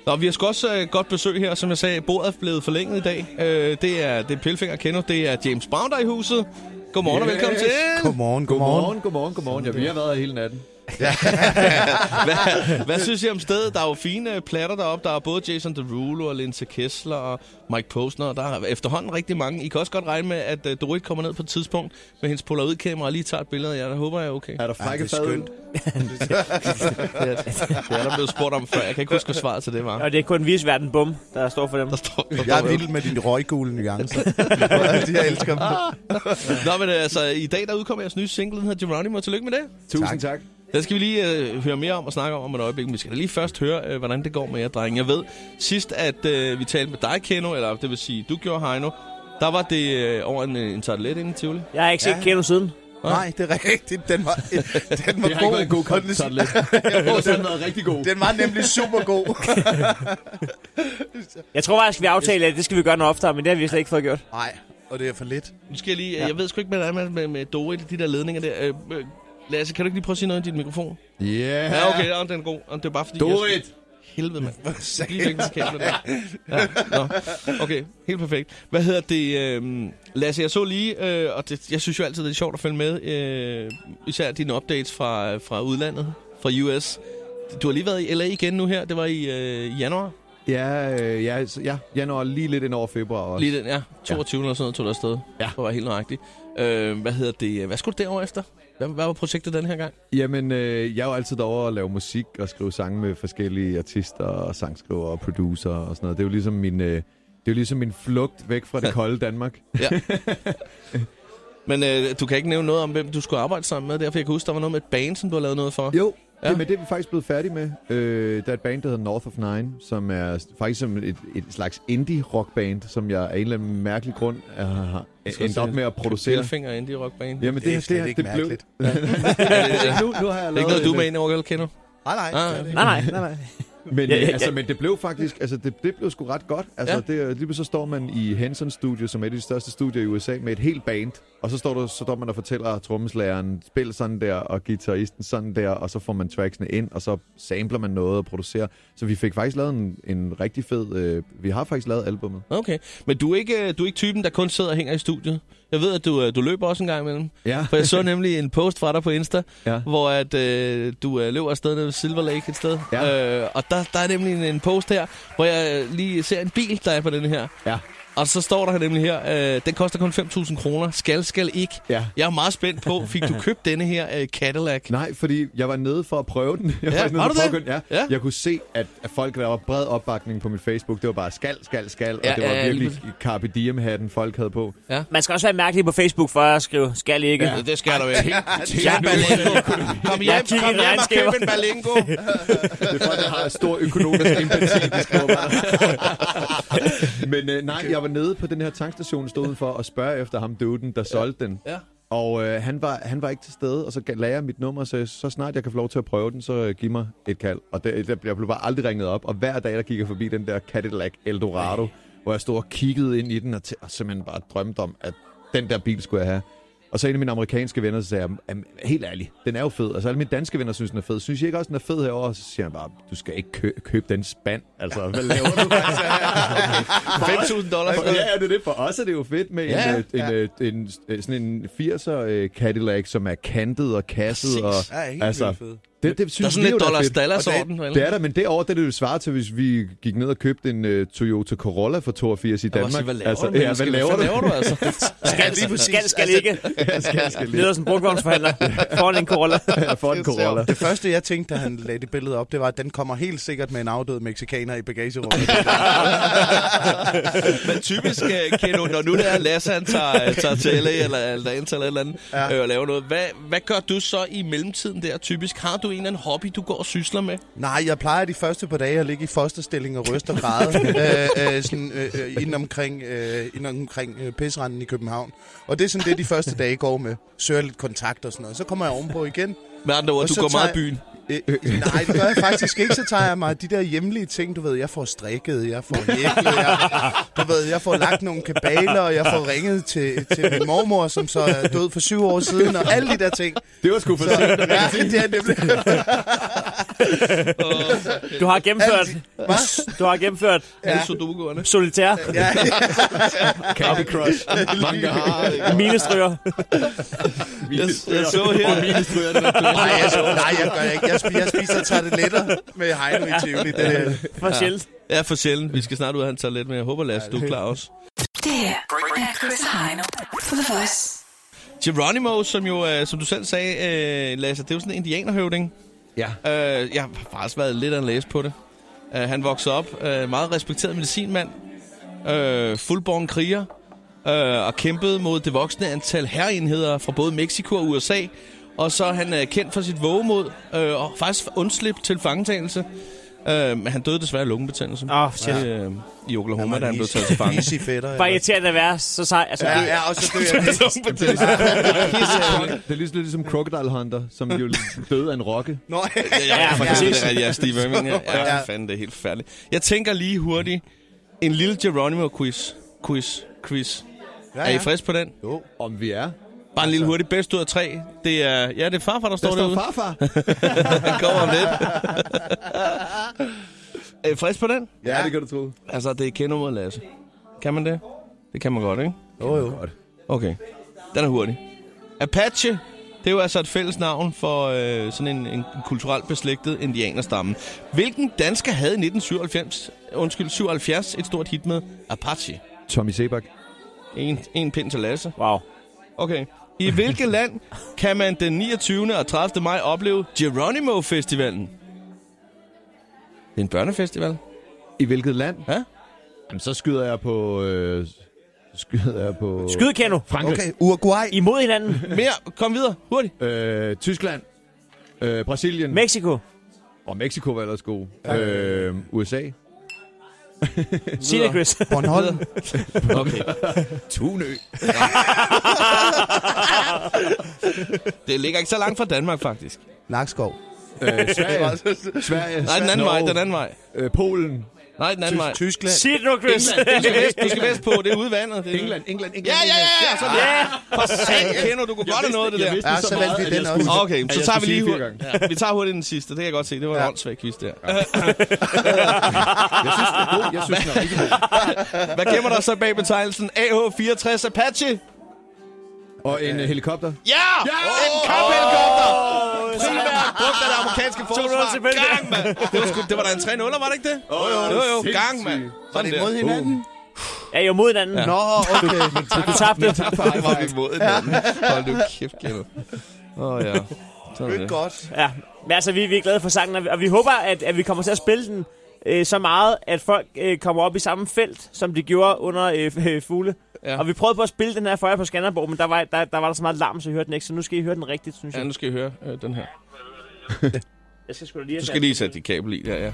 Nå, vi har sgu også godt besøg her, som jeg sagde. Bordet er blevet forlænget i dag. Det er Pilfinger Kendo, det er James Brown, der er i huset. Godmorgen og velkommen til. Godmorgen. Ja, vi har været her hele natten. Ja. Hvad synes I om stedet? Der er jo fine platter deroppe. Der er både Jason Derulo og Lindsay Kessler og Mike Posner. Der er efterhånden rigtig mange. I kan også godt regne med, at Dorit kommer ned på et tidspunkt med hendes polaroidkamera og lige tager et billede af jer. Der håber jeg er okay. Er der frække fad? Det er der blevet spurgt om før. Jeg kan ikke huske svaret til det, var. Og det er kun Visverden Bum, der står for dem. Jeg er vild med dine røggule nuancer. Jeg elsker dem. Nå, men altså, i dag der udkommer jeres nye single, den hedder Geronimo. Tillykke med det. Tusind tak. Den skal vi lige høre mere om og snakke om et øjeblik. Men vi skal da lige først høre, hvordan det går med jer, drenge. Jeg ved sidst, at vi talte med dig, Keno, eller det vil sige, du gjorde, Heino. Der var det over en tartelet inde i Tivoli. Jeg har ikke set Keno siden. Nej, det er rigtigt. Den var det god. En god tartelet. Den var rigtig god. Den var nemlig super god. Jeg tror faktisk, vi aftale, at det skal vi gøre noget oftere, men det har vi slet ikke fået gjort. Nej, og det er for lidt. Nu skal jeg lige... Jeg ved sgu ikke, hvad der er med Dorit, de der ledninger der. Lasse, kan du ikke lige prøve at sige noget i din mikrofon? Yeah. Ja, okay, ja, den er god. Og det er bare fordi... Dorit! Helvede, mand. Lige fik den til kabler der. Ja, nå. Okay, helt perfekt. Hvad hedder det? Lasse, jeg så lige, og jeg synes jo altid, det er sjovt at følge med, især dine updates fra udlandet, fra US. Du har lige været i LA igen nu her. Det var i januar. Ja, januar lige lidt ind over februar også. Lige den, ja. 22 eller sådan noget tog der afsted. Ja. Det var helt nøjagtigt. Hvad hedder det? Hvad skulle du derovre efter? Hvad var projektet den her gang? Jamen, jeg er jo altid derovre at lave musik og skrive sange med forskellige artister og sangskrivere og producer og sådan noget. Det er jo ligesom min flugt væk fra det kolde Danmark. Ja. Men du kan ikke nævne noget om, hvem du skulle arbejde sammen med, derfor jeg kan huske, der var noget med et band, som du har lavet noget for. Jo, ja. Men det er vi faktisk blevet færdige med. Der er et band, der hedder North of Nine, som er faktisk som et slags indie-rockband, som jeg af en eller anden mærkelig grund har endt op med at producere. Pilfinger indie-rockband. Jamen det er ikke mærkeligt. Nu har Det jeg lavet... ikke noget, du med ind over, Kendo? Nej. Men det blev faktisk, det blev sgu ret godt. Lige så står man i Henson Studio, som er et af de største studier i USA, med et helt band. Og så står man og fortæller trommeslageren, spil sådan der, og guitaristen sådan der, og så får man tracksene ind, og så sampler man noget og producerer. Så vi fik faktisk lavet en rigtig fed... vi har faktisk lavet albummet. Okay, men du er ikke typen, der kun sidder og hænger i studiet. Jeg ved, at du løber også en gang imellem. Ja. For jeg så nemlig en post fra dig på Insta, hvor at, du løber afsted nede ved Silver Lake et sted. Ja. Og der er nemlig en post her, hvor jeg lige ser en bil, der er på den her. Ja. Og så står der nemlig her, den koster kun 5.000 kroner. Skal ikke. Ja. Jeg er meget spændt på, fik du købt denne her Cadillac? Nej, fordi jeg var nede for at prøve den. Var du det? Ja. Jeg kunne se, at folk, der var bred opbakning på mit Facebook, det var bare skal. Og det var virkelig Carpe Diem-hatten, folk havde på. Ja. Man skal også være mærkelig på Facebook for at skrive, skal ikke. Ja, det skal der være. Kom hjem og køb en Balingo. Det er folk, der har stor økonomisk empati, de skriver bare. Men nej, jeg var nede på den her tankstation, stod udenfor og spørge efter ham, døden, der solgte den. Ja. Og han var ikke til stede, og så lagde jeg mit nummer, så snart jeg kan få lov til at prøve den, så giv mig et kald. Og jeg blev bare aldrig ringet op, og hver dag, der gik jeg forbi den der Cadillac Eldorado, hvor jeg stod og kiggede ind i den, og simpelthen bare drømte om, at den der bil skulle jeg have. Og så en af mine amerikanske venner, så sagde jeg, helt ærligt, den er jo fed. Altså alle mine danske venner synes, den er fed. Synes I ikke også, den er fed herovre? Så siger han bare, du skal ikke købe den spand. Altså, hvad laver du? $5.000. Ja, det for os er det jo fedt med sådan en 80'er Cadillac, som er kantet og kasset. Og, altså, det synes der er sådan lidt $-orden. Det er der, men derovre, det er det jo svaret til, hvis vi gik ned og købte en Toyota Corolla for 82 i Danmark. Hvad laver du altså? Skal ikke. Leder som brugtvognsforhandler. Foran en Corolla. Foran en Corolla. Det første, jeg tænkte, da han lagde det billede op, det var, at den kommer helt sikkert med en afdød meksikaner i bagagerummet. Men typisk, Keno, når nu der Lasse, han tager til LA eller ind til et eller andet og laver noget. Hvad gør du så i mellemtiden der typisk? Har du en eller anden hobby, du går og sysler med? Nej, jeg plejer de første par dage at ligge i fosterstilling og ryste og græde inden omkring pisseranden i København. Og det er sådan det, de første dage går med. Søger lidt kontakt og sådan noget. Så kommer jeg ovenpå igen. Med andre ord, du går meget i byen. Nej, det gør jeg faktisk ikke. Så tager jeg mig de der hjemlige ting, du ved, jeg får strikket, jeg får hæklet, jeg får lagt nogle kabaler, og jeg får ringet til min mormor, som så er død for 7 år siden, og alle de der ting. Det var sgu for sent. Ja, det er nemlig. Du har gennemført Sudokuerne. solitær. Candy Crush. Mange har. Minestryger. Jeg så her. Nej, jeg gør ikke. Jeg spiser tarteletter med Heino i Tivoli. For sjældent. Ja, for sjældent. Vi skal snart ud af hans toilet, men jeg håber, Lasse, du er klar også. Det er Chris Heino for The Voice. Geronimo, som jo, som du selv sagde, Lasse, det er jo sådan en indianerhøvding. Ja. Jeg har faktisk været lidt at læse på det. Han voksede op, meget respekteret medicinmand, fuldborn kriger, og kæmpede mod det voksende antal hærenheder fra både Mexico og USA. Og så er han kendt for sit vågemod, og faktisk undslip til fangetagelse. Men han døde desværre af lungebetændelse i Oklahoma, da han blev taget til fange. Easy fætter. Bare irriterende at være så sej. Altså, Ja, og så dør jeg. Det er ligesom Crocodile Hunter, som jo døde af en rokke. Nå, Ja, Steve Irwin. Ja, fanden, det er helt forfærdeligt. Jeg tænker lige hurtigt, en lille Geronimo-quiz. Er I frisk på den? Jo, om vi er. Bare en lille hurtig. Bedst ud af 3. Det er farfar, der står derude. Der står farfar. Han kommer om lidt. Er I frisk på den? Ja, det kan du tro. Altså, det er Keno mod Lasse. Kan man det? Det kan man godt, ikke? Jo. Okay. Den er hurtig. Apache, det er jo altså et fælles navn for sådan en kulturelt beslægtet indianerstamme. Hvilken dansker havde i 1977 et stort hit med Apache? Tommy Sebak. En pind til Lasse. wow. Okay. I hvilket land kan man den 29. og 30. maj opleve Geronimo-festivalen? Det er en børnefestival. I hvilket land? Ja? Jamen, så skyder jeg på... Skyd, Keno. Frankrig. Okay, Uruguay. Imod hinanden. Mere. Kom videre. Hurtigt. Tyskland. Brasilien. Mexico. Og Mexico var ellers god. USA. Sig det, Chris. Bornholm. Okay. Tunø. Det ligger ikke så langt fra Danmark, faktisk. Nakskov. Sverige. Nej, den anden vej. Polen. Nej, den anden vej. Tyskland. Sig det nu, Chris. Du skal vest på, det er udvandet. England. Ja. Sådan der. For satan, Keno, du kunne godt have noget af det der. Ja, så valgte vi den også. Okay, så tager vi lige hurtigt. Ja, vi tager hurtigt den sidste, det kan jeg godt se. Det var en åndssvag quiz der. Jeg synes, den er rigtig god. Hvad gemmer der så bag betegnelsen AH-64 Apache? Og en helikopter. Ja! En kamphelikopter! Primært brugt af det amerikanske forsvar. Gang, mand! Det var da en 3-0'er, var det ikke det? Jo. Gang, mand. Var det mod hinanden? Ja, jo mod hinanden. Nå, okay. Du tabte. Det var vi mod hinanden. Hold nu kæft, Kjell. Ja. Det er godt. Ja, men altså, vi er glade for sangen, og vi håber, at vi kommer til at spille den så meget, at folk kommer op i samme felt, som de gjorde under Fugle. Ja. Og vi prøvede på at spille den her for jer på Skanderborg, men der var der så meget larm, så I hørte den ikke, så nu skal I høre den rigtigt, synes jeg. Ja, nu skal I høre den her. Jeg skal sgu da lige du skal lige sætte dit kabel i der, ja.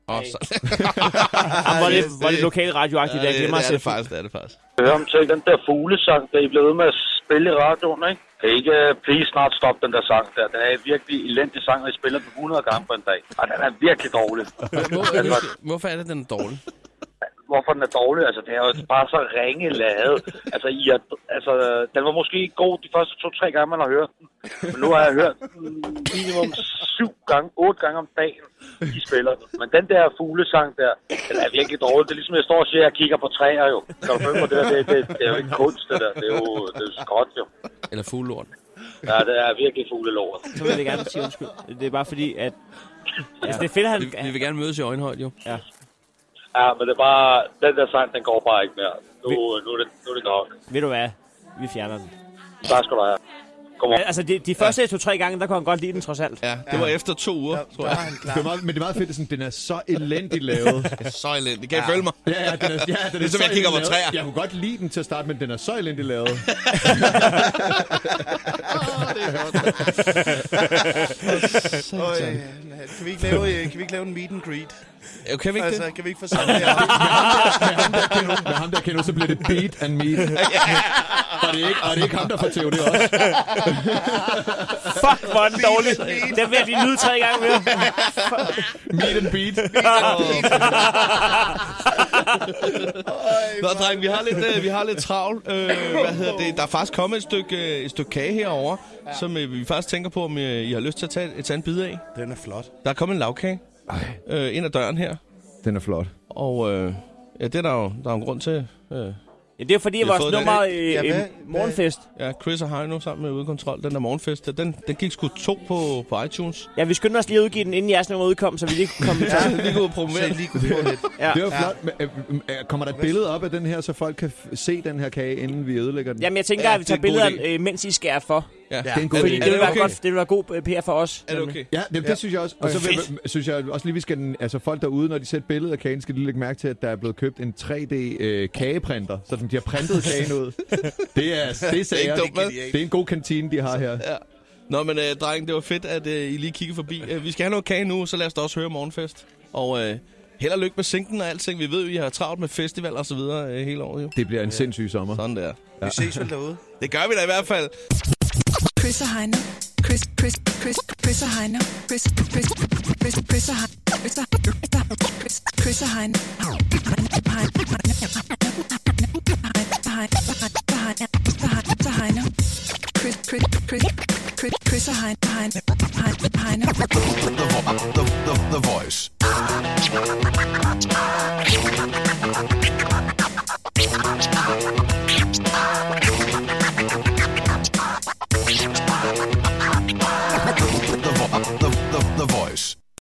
Var det lokal radioagtigt, der glemmer at sætte. Det er det faktisk. Hør om til den der fuglesang, der I blev ved med at spille i radioen, ikke? Kan I ikke please snart stoppe den der sang der? Den er en virkelig elendig sang, og I spiller den 100 gange på en dag. Og den er virkelig dårlig. Hvorfor er det, den er dårlig? Hvorfor den er dårlig? Altså, det er jo bare så ringe lavet. Altså, den var måske ikke god de første 2-3 gange, man har hørt den. Men nu har jeg hørt den minimum 8 gange om dagen, de spiller den. Men den der fuglesang der, den er virkelig dårlig. Det er ligesom, jeg står og siger, at jeg kigger på træer jo. Kan du følge mig det der? Det er jo ikke kunst, det der. Det er jo skråt jo. Eller fuglelort. Ja, det er virkelig fuglelort. Så vil jeg gerne sige undskyld. Det er bare fordi, at... Altså, det er fedt, at han... Vi vil gerne mødes i øjenhøjde, jo. Ja. Ja, men det er bare... Den der sang, den går bare ikke mere. Nu er det nok. Ved du hvad? Vi fjerner den. Tak skal du have. Altså, de første 2-3 gange, der kunne han godt lide den, trods alt. Ja, det var efter 2 uger, tror jeg. Men det er meget fedt, at den er så elendigt lavet. Så elendigt. Kan I følge mig? Ja, den er ligesom jeg kigger på træer. Jeg kunne godt lide den til at starte, men den er så elendigt lavet. Det er godt. Kan vi ikke lave en meet and greet? Kan vi ikke altså, det? Kan vi ikke få sådan det her? Med ham der kender, så bliver det beat and meat. Og det er ikke ham, der får tæv, det også. Fuck, hvor er den dårlig. Den vil jeg lige nyde 3 gange mere. Meat and beat. Nå, dreng, vi har lidt travlt. Der er faktisk kommet et stykke kage herovre, som vi faktisk tænker på, om I har lyst til at tage en bid af. Den er flot. Der er kommet en lavkage ind ad døren her. Den er flot. Og det er der jo en grund til. Ja, det er fordi, vores nummer morgenfest. Ja, Chris og Heino sammen med Udekontrol. Den der morgenfest, den gik sgu 2 på iTunes. Ja, vi skyndte os lige at udgive den, inden jeres nummer udkom, så vi lige kunne komme til. lige kunne promovere. Lige kunne få lidt. Ja. Det var flot. Kommer der et billede op af den her, så folk kan se den her kage, inden vi ødelægger den? Jamen, jeg tænker, at vi tager billeder, mens I skærer for. Ja. Det er en god Fordi idé. det vil være godt. Det vil være god PR for os. Er det okay? Ja, det synes jeg også. Og så synes jeg også lige, vi skal... Altså folk derude, når de ser et billede af kagen, skal de lægge mærke til, at der er blevet købt en 3D-kageprinter, så de har printet kagen ud. Det er sager. Det er en god kantine, de har her. Ja. Nå, men dreng, det var fedt, at I lige kiggede forbi. Vi skal have noget kage nu, så lad os da også høre morgenfest. Og held og lykke med sinken og alting. Vi ved jo, I har travlt med festival og så videre hele året jo. Det bliver en sindssyg sommer. Sådan der. Vi ses vel derude. Det gør vi da i hvert fald. Chris og Heino. Chris og Heino. Chris og Heino. Chris og Heino. Chris og Heino. The Voice.